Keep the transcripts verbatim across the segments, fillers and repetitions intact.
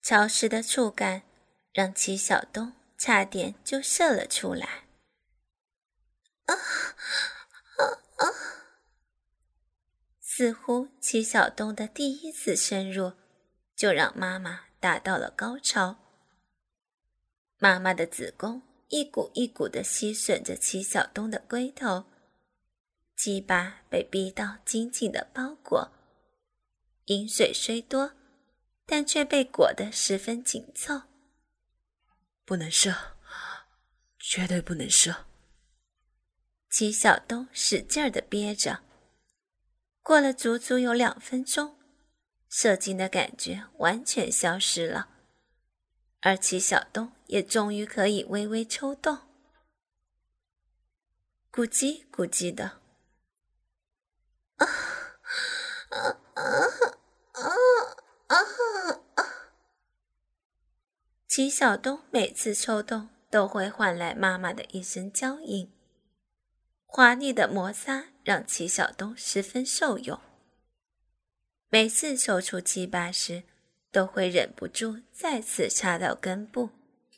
潮湿的触感让齐晓东差点就射了出来。啊啊啊！似乎齐晓东的第一次深入就让妈妈达到了高潮。妈妈的子宫一股一股地吸吮着齐晓东的龟头，鸡巴被逼到紧紧的包裹，饮水虽多，但却被裹得十分紧凑。 不能射，绝对不能射。 齐晓东使劲儿地憋着，过了足足有两分钟，射精的感觉完全消失了，而齐晓东也终于可以微微抽动，咕叽咕叽的。啊啊啊啊啊啊！齐晓东每次抽动都会换来妈妈的一声娇吟，华丽的摩擦让齐晓东十分受用。每次抽出鸡巴时，都会忍不住再次插到根部。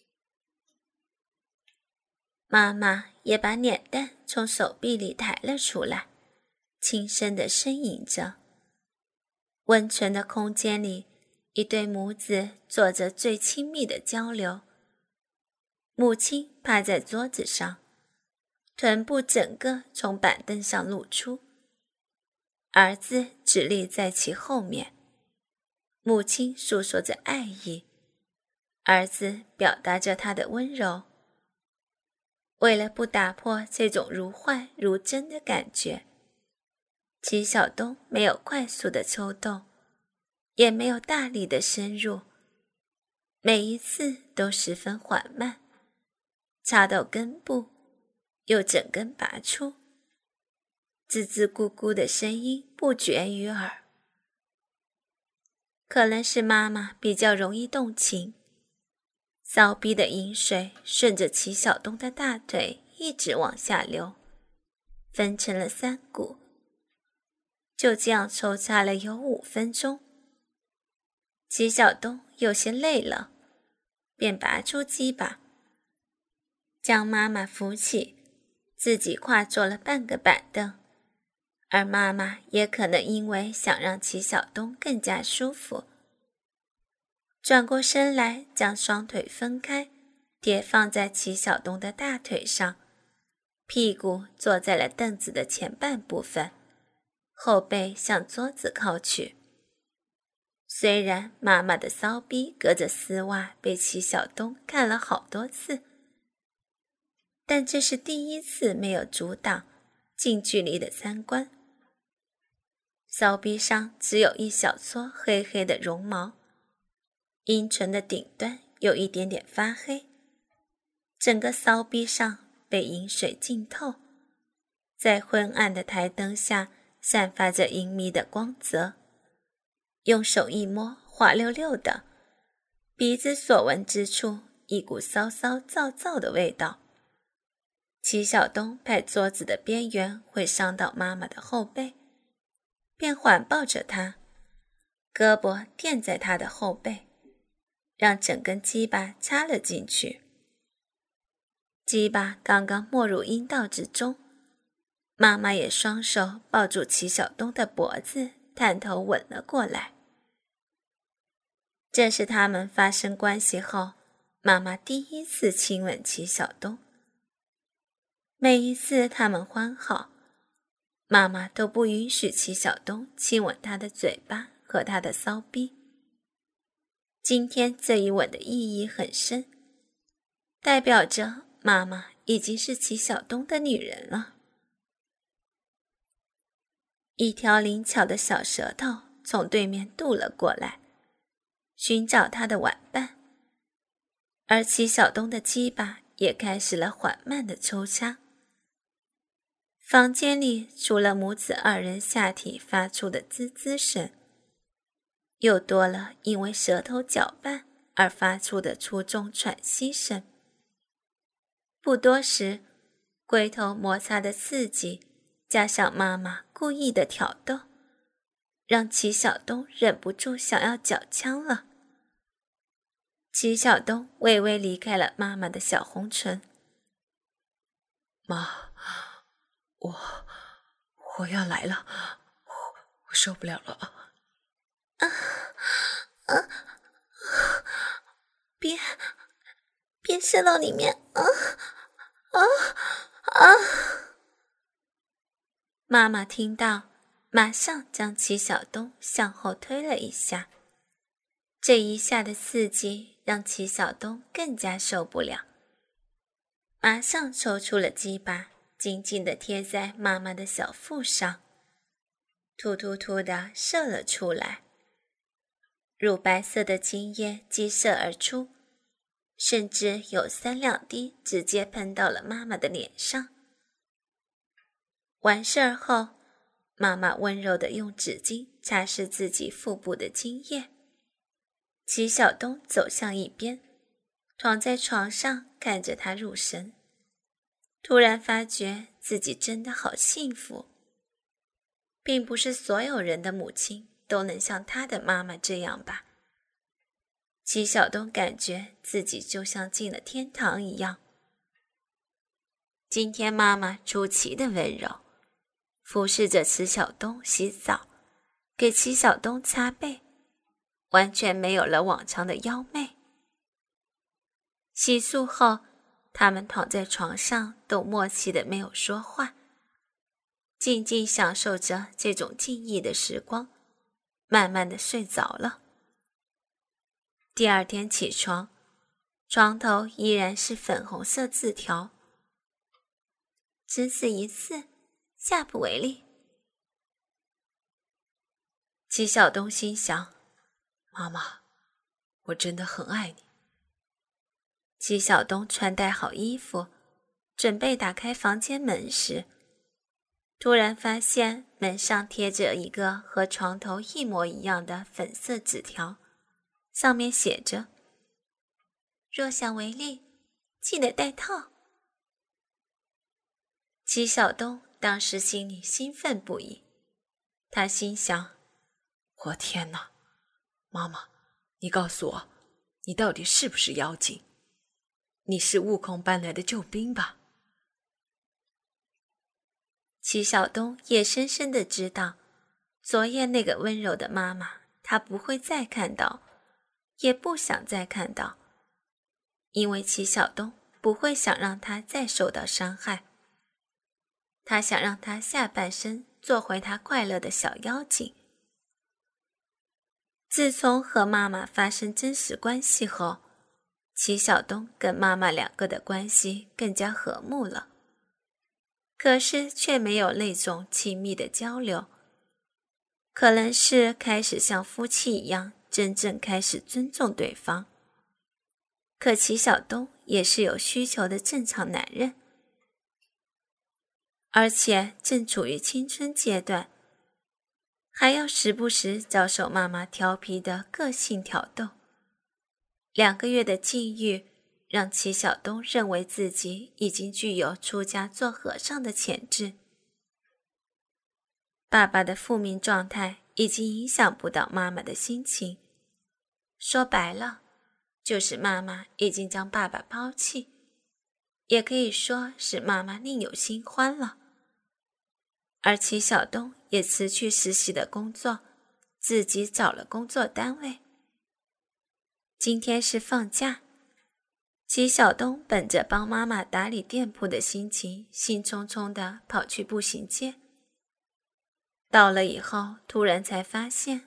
妈妈也把脸蛋从手臂里抬了出来，轻声地呻吟着。温存的空间里，一对母子做着最亲密的交流。母亲趴在桌子上，臀部整个从板凳上露出，儿子直立在其后面。母亲诉说着爱意，儿子表达着他的温柔。为了不打破这种如幻如真的感觉，齐晓东没有快速的抽动，也没有大力的深入，每一次都十分缓慢，插到根部，又整根拔出，吱吱咕咕的声音不绝于耳。可能是妈妈比较容易动情，骚逼的饮水顺着齐晓东的大腿一直往下流，分成了三股。就这样抽插了有五分钟，齐晓东有些累了，便拔出鸡巴，将妈妈扶起，自己跨坐了半个板凳，而妈妈也可能因为想让齐晓东更加舒服，转过身来将双腿分开，叠放在齐晓东的大腿上，屁股坐在了凳子的前半部分，后背向桌子靠去。虽然妈妈的骚逼隔着丝袜被齐晓东看了好多次，但这是第一次没有阻挡近距离的参观。骚逼上只有一小撮黑黑的绒毛，阴唇的顶端有一点点发黑，整个骚逼上被饮水浸透，在昏暗的台灯下散发着隐秘的光泽。用手一摸，滑溜溜的，鼻子所闻之处一股骚骚燥燥的味道。齐晓东怕桌子的边缘会伤到妈妈的后背，便环抱着她，胳膊垫在她的后背，让整根鸡巴插了进去。鸡巴刚刚没入阴道之中，妈妈也双手抱住齐晓东的脖子，探头吻了过来。这是他们发生关系后，妈妈第一次亲吻齐晓东。每一次他们欢好，妈妈都不允许齐晓东亲吻她的嘴巴和她的骚逼。今天这一吻的意义很深，代表着妈妈已经是齐晓东的女人了。一条灵巧的小舌头从对面渡了过来，寻找他的玩伴，而齐晓东的鸡巴也开始了缓慢的抽插。房间里除了母子二人下体发出的滋滋声，又多了因为舌头搅拌而发出的粗重喘息声。不多时，龟头摩擦的刺激加上妈妈故意的挑逗，让齐晓东忍不住想要缴枪了。 齐晓东微微离开了妈妈的小红唇。 妈，我我要来了，我我受不了了啊！ 啊啊！别别射到里面！啊啊啊！妈妈听到，马上将齐晓东向后推了一下。这一下的刺激让齐晓东更加受不了，马上抽出了鸡巴，紧紧地贴在妈妈的小腹上，突突突地射了出来。乳白色的精液激射而出，甚至有三两滴直接喷到了妈妈的脸上。完事儿后，妈妈温柔地用纸巾擦拭自己腹部的精液。齐晓东走向一边，躺在床上看着她入神，突然发觉自己真的好幸福。并不是所有人的母亲都能像他的妈妈这样吧。齐晓东感觉自己就像进了天堂一样。今天妈妈出奇的温柔，服侍着齐晓东洗澡，给齐晓东擦背，完全没有了往常的妖媚。洗漱后，他们躺在床上都默契的没有说话，静静享受着这种静谧的时光，慢慢的睡着了。第二天起床，床头依然是粉红色字条：只此一次，下不为例。齐晓东心想， 妈妈，我真的很爱你。 齐晓东穿戴好衣服，准备打开房间门时，突然发现门上贴着一个和床头一模一样的粉色纸条，上面写着：若想为例，记得带套。齐晓东当时心里兴奋不已，他心想， 我天哪，妈妈，你告诉我，你到底是不是妖精？你是悟空搬来的救兵吧？ 齐晓东也深深地知道，昨夜那个温柔的妈妈，他不会再看到，也不想再看到，因为齐晓东不会想让他再受到伤害。他想让他下半生做回他快乐的小妖精。自从和妈妈发生真实关系后，齐晓东跟妈妈两个的关系更加和睦了，可是却没有那种亲密的交流，可能是开始像夫妻一样真正开始尊重对方。可齐晓东也是有需求的正常男人，而且正处于青春阶段，还要时不时遭受妈妈调皮的个性挑逗。两个月的禁欲让齐晓东认为自己已经具有出家做和尚的潜质。爸爸的负面状态已经影响不到妈妈的心情，说白了，就是妈妈已经将爸爸抛弃，也可以说是妈妈另有新欢了。而齐晓东也辞去实习的工作，自己找了工作单位。今天是放假，齐晓东本着帮妈妈打理店铺的心情，兴冲冲地跑去步行街。到了以后，突然才发现，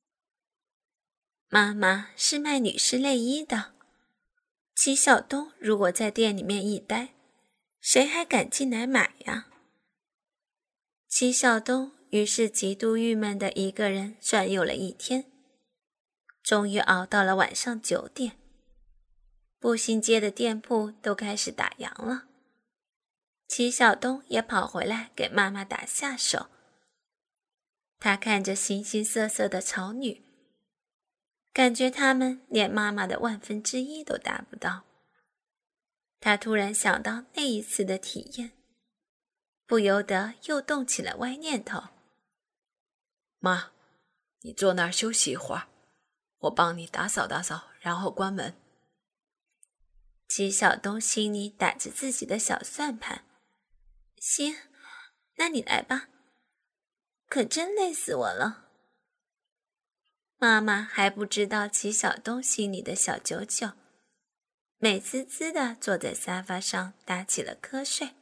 妈妈是卖女士内衣的。齐晓东如果在店里面一待，谁还敢进来买呀？齐晓东于是极度郁闷的一个人转悠了一天，终于熬到了晚上九点，步行街的店铺都开始打烊了。齐晓东也跑回来给妈妈打下手。他看着形形色色的潮女，感觉他们连妈妈的万分之一都达不到。他突然想到那一次的体验，不由得又动起了歪念头。 妈，你坐那儿休息一会儿，我帮你打扫打扫，然后关门。 齐晓东心里打着自己的小算盘，行，那你来吧，可真累死我了。妈妈还不知道齐晓东心里的小九九，美滋滋地坐在沙发上打起了瞌睡。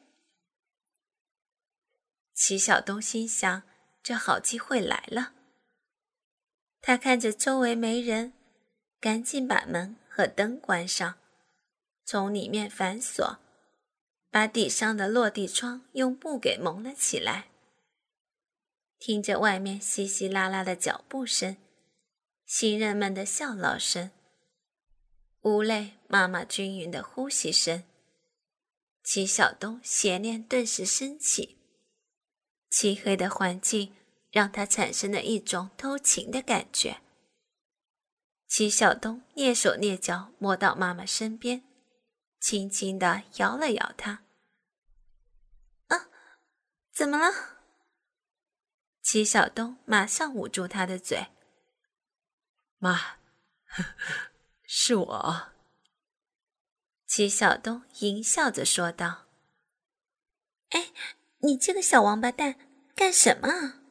齐晓东心想，这好机会来了。他看着周围没人，赶紧把门和灯关上，从里面反锁，把地上的落地窗用布给蒙了起来。听着外面稀稀拉拉的脚步声，行人们的笑闹声，屋内妈妈均匀的呼吸声，齐晓东邪念顿时升起。漆黑的环境让他产生了一种偷情的感觉。齐晓东蹑手蹑脚摸到妈妈身边，轻轻地摇了摇她。啊，怎么了？齐晓东马上捂住她的嘴。 妈，呵呵，是我。 齐晓东淫笑着说道。哎，你这个小王八蛋，干什么啊？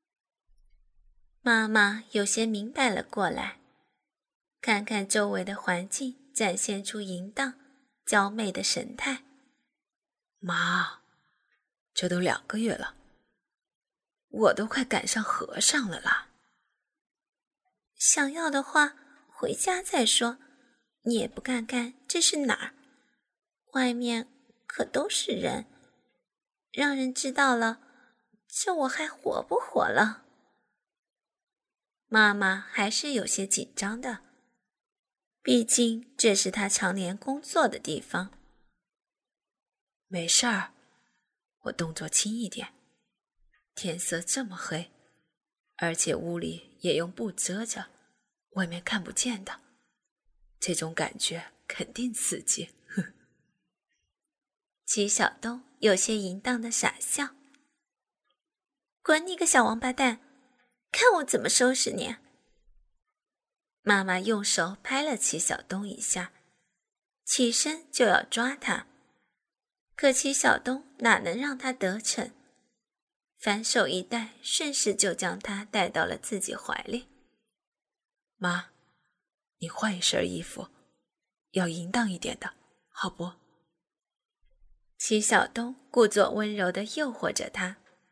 妈妈有些明白了过来，看看周围的环境，展现出淫荡、娇媚的神态。 妈，这都两个月了，我都快赶上和尚了啦。 想要的话，回家再说。你也不看看这是哪儿？外面可都是人，让人知道了，这我还活不活了？妈妈还是有些紧张的，毕竟这是她常年工作的地方。 没事儿，我动作轻一点。天色这么黑，而且屋里也用布遮着，外面看不见的，这种感觉肯定刺激。哼。 齐晓东有些淫荡的傻笑。滚你个小王八蛋，看我怎么收拾你！妈妈用手拍了齐晓东一下，起身就要抓他，可齐晓东哪能让他得逞，反手一带，顺势就将他带到了自己怀里。 妈，你换一身衣服，要淫荡一点的，好不？ 齐晓东故作温柔地诱惑着他。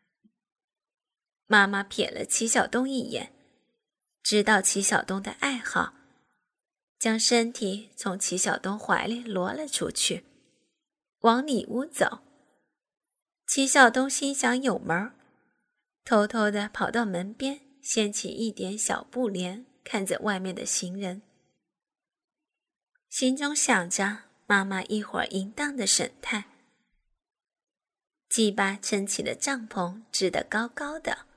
妈妈瞥了齐晓东一眼，知道齐晓东的爱好，将身体从齐晓东怀里挪了出去，往里屋走。齐晓东心想有门，偷偷地跑到门边，掀起一点小布帘，看着外面的行人，心中想着妈妈一会儿淫荡的神态。鸡巴撑起了帐篷，支得高高的。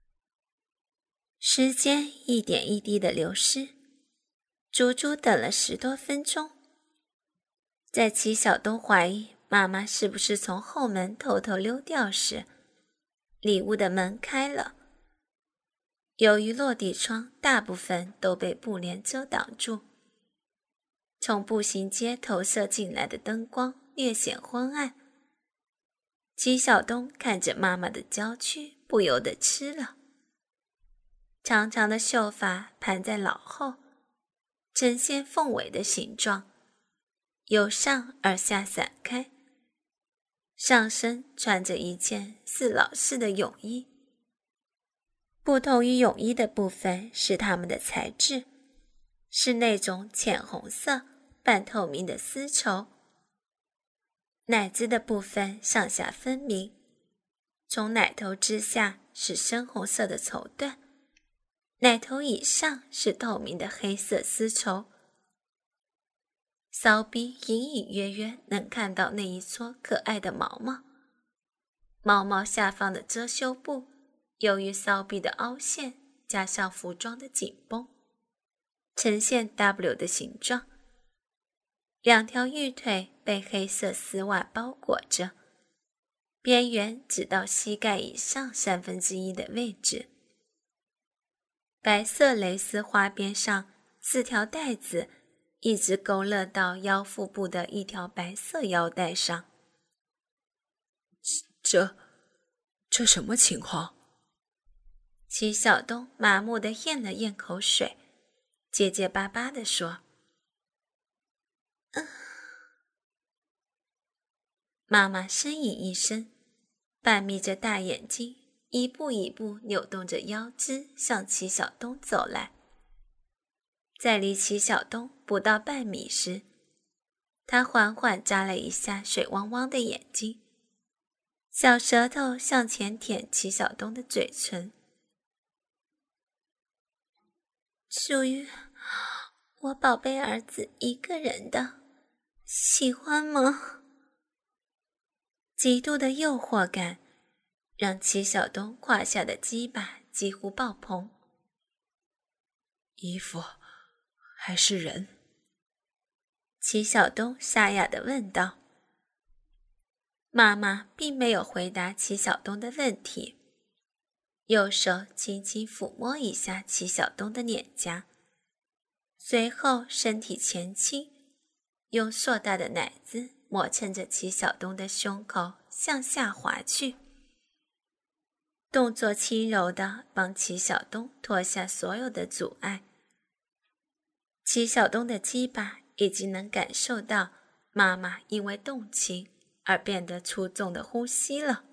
时间一点一滴的流失，足足等了十多分钟。在齐晓东怀疑妈妈是不是从后门偷偷溜掉时，里屋的门开了。由于落地窗大部分都被布帘遮挡住，从步行街投射进来的灯光略显昏暗。齐晓东看着妈妈的娇躯，不由得吃了。长长的秀发盘在脑后，呈现凤尾的形状，由上而下散开。上身穿着一件似老式的泳衣，不同于泳衣的部分是它们的材质，是那种浅红色半透明的丝绸。奶子的部分上下分明，从奶头之下是深红色的绸缎，奶头以上是透明的黑色丝绸。骚逼隐隐约约能看到那一撮可爱的毛毛，毛毛下方的遮羞布，由于骚逼的凹陷加上服装的紧绷，呈现 W 的形状。两条玉腿被黑色丝袜包裹着，边缘只到膝盖以上三分之一的位置。白色蕾丝花边上四条带子一直勾勒到腰腹部的一条白色腰带上。 这这什么情况？ 齐晓东麻木地咽了咽口水，结结巴巴地说：嗯。妈妈呻吟一声，半眯着大眼睛，一步一步扭动着腰肢向齐晓东走来。在离齐晓东不到半米时，她缓缓眨了一下水汪汪的眼睛，小舌头向前舔齐晓东的嘴唇。属于我宝贝儿子一个人的，喜欢吗？极度的诱惑感让齐晓东胯下的鸡巴几乎爆棚。 衣服还是人？ 齐晓东沙哑地问道。妈妈并没有回答齐晓东的问题，右手轻轻抚摸一下齐晓东的脸颊，随后身体前倾，用硕大的奶子磨蹭着齐晓东的胸口向下滑去，动作轻柔地帮齐晓东脱下所有的阻碍。齐晓东的鸡巴已经能感受到妈妈因为动情而变得粗重的呼吸了。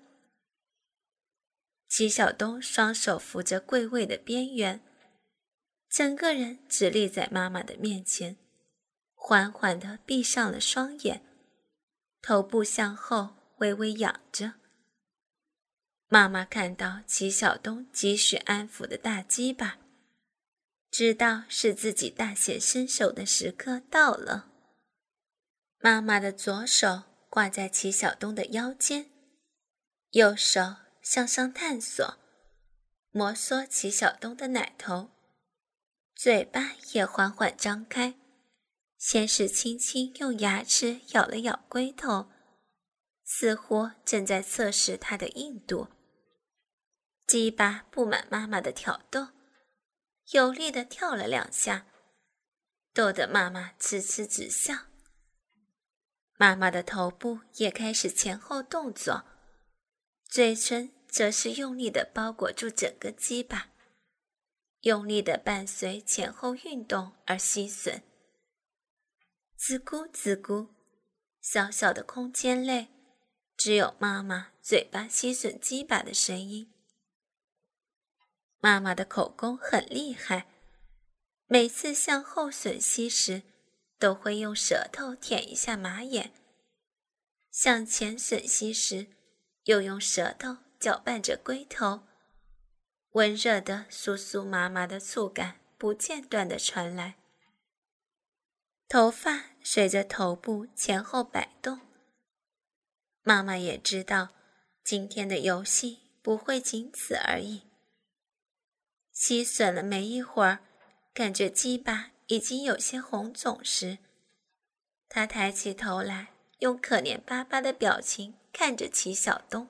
齐晓东双手扶着柜位的边缘，整个人直立在妈妈的面前，缓缓地闭上了双眼，头部向后微微仰着。妈妈看到齐晓东急需安抚的大鸡巴，知道是自己大显身手的时刻到了。妈妈的左手挂在齐晓东的腰间，右手向上探索，摩挲齐晓东的奶头，嘴巴也缓缓张开，先是轻轻用牙齿咬了咬龟头，似乎正在测试它的硬度。鸡巴布满妈妈的挑逗，有力地跳了两下，逗得妈妈痴痴直笑。妈妈的头部也开始前后动作，嘴唇则是用力地包裹住整个鸡巴，用力地伴随前后运动而吸吮。滋咕滋咕，小小的空间内只有妈妈嘴巴吸吮鸡巴的声音。妈妈的口功很厉害，每次向后吮吸时都会用舌头舔一下马眼，向前吮吸时又用舌头搅拌着龟头，温热的酥酥麻麻的触感不间断地传来。头发随着头部前后摆动，妈妈也知道今天的游戏不会仅此而已。吸吮了没一会儿，感觉鸡巴已经有些红肿时，她抬起头来，用可怜巴巴的表情看着齐晓东。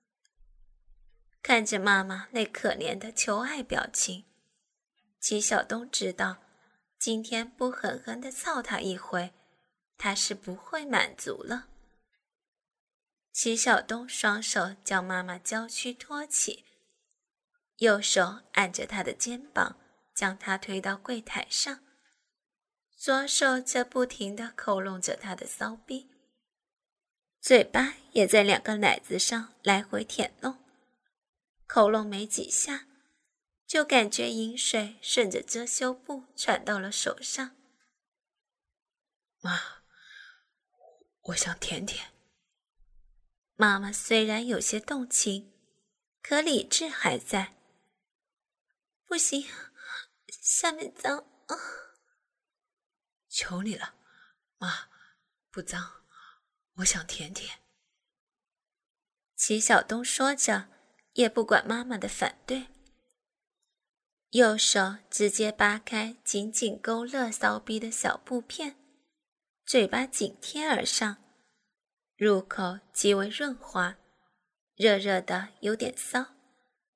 看着妈妈那可怜的求爱表情，齐晓东知道今天不狠狠地操他一回，他是不会满足了。齐晓东双手将妈妈娇躯托起，右手按着她的肩膀，将她推到柜台上，左手则不停地抠弄着她的骚逼，嘴巴也在两个奶子上来回舔弄，抠弄没几下，就感觉饮水顺着遮羞布传到了手上。 妈，我想舔舔。 妈妈虽然有些动情，可理智还在。不行，下面脏啊！ 求你了，妈，不脏，我想舔舔。 齐晓东说着，也不管妈妈的反对，右手直接扒开紧紧勾勒骚逼的小布片，嘴巴紧贴而上，入口极为润滑，热热的有点骚，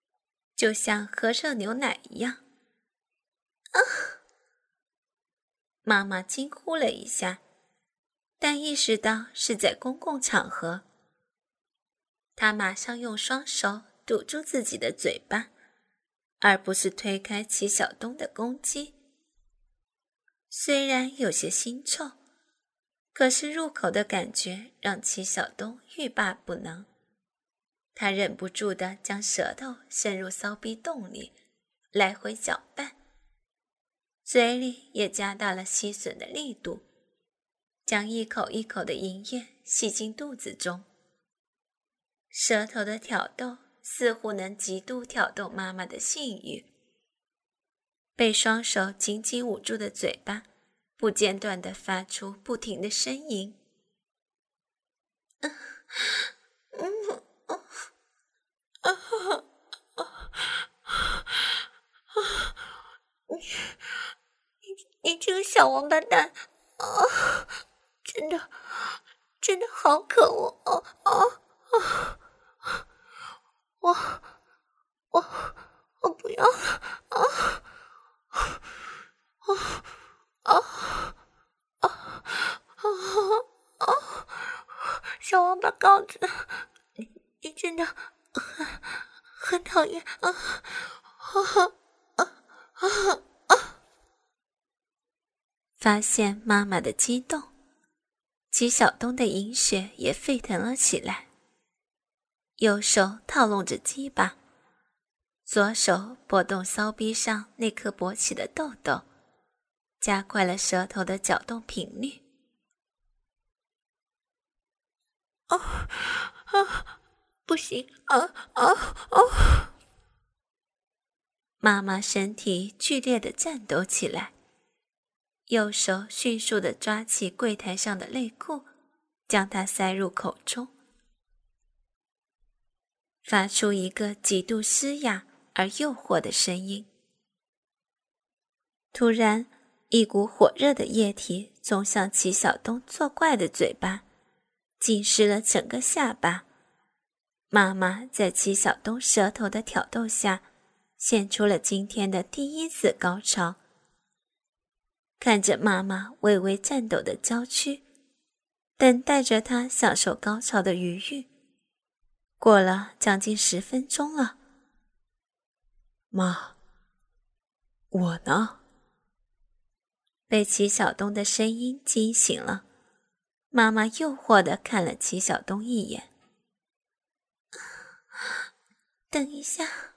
就像喝热牛奶一样。啊！ 妈妈惊呼了一下，但意识到是在公共场合。她马上用双手堵住自己的嘴巴，而不是推开齐晓东的攻击。虽然有些腥臭，可是入口的感觉让齐晓东欲罢不能。他忍不住地将舌头伸入骚逼洞里，来回搅拌，嘴里也加大了吸吮的力度，将一口一口的银液吸进肚子中。舌头的挑逗似乎能极度挑逗妈妈的性欲，被双手紧紧捂住的嘴巴不间断地发出不停的呻吟。你这个小王八蛋啊！真的，真的好可恶啊啊啊！我，我，我不要了啊啊啊啊啊！小王八羔子，你你真的很很讨厌啊啊啊啊！发现妈妈的激动，齐晓东的银血也沸腾了起来，右手套弄着鸡巴，左手拨动骚逼上那颗勃起的痘痘，加快了舌头的搅动频率。哦啊，不行啊啊啊！妈妈身体剧烈地颤抖起来，右手迅速地抓起柜台上的内裤，将它塞入口中，发出一个极度嘶哑而诱惑的声音。突然，一股火热的液体冲向齐晓东作怪的嘴巴，浸湿了整个下巴。妈妈在齐晓东舌头的挑逗下，献出了今天的第一次高潮。看着妈妈微微颤抖的娇躯，等待着她享受高潮的余韵。过了将近十分钟了。 妈，我呢？ 被齐晓东的声音惊醒了，妈妈诱惑地看了齐晓东一眼。等一下。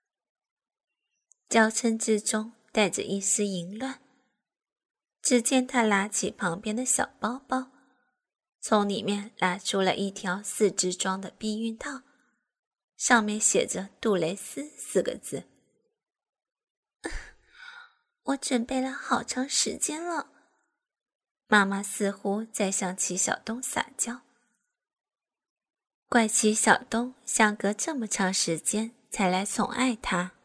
娇嗔之中带着一丝淫乱。只见他拉起旁边的小包包，从里面拿出了一条四支装的避孕套，上面写着杜蕾斯四个字。我准备了好长时间了。妈妈似乎在向齐晓东撒娇。怪齐晓东相隔这么长时间才来宠爱她。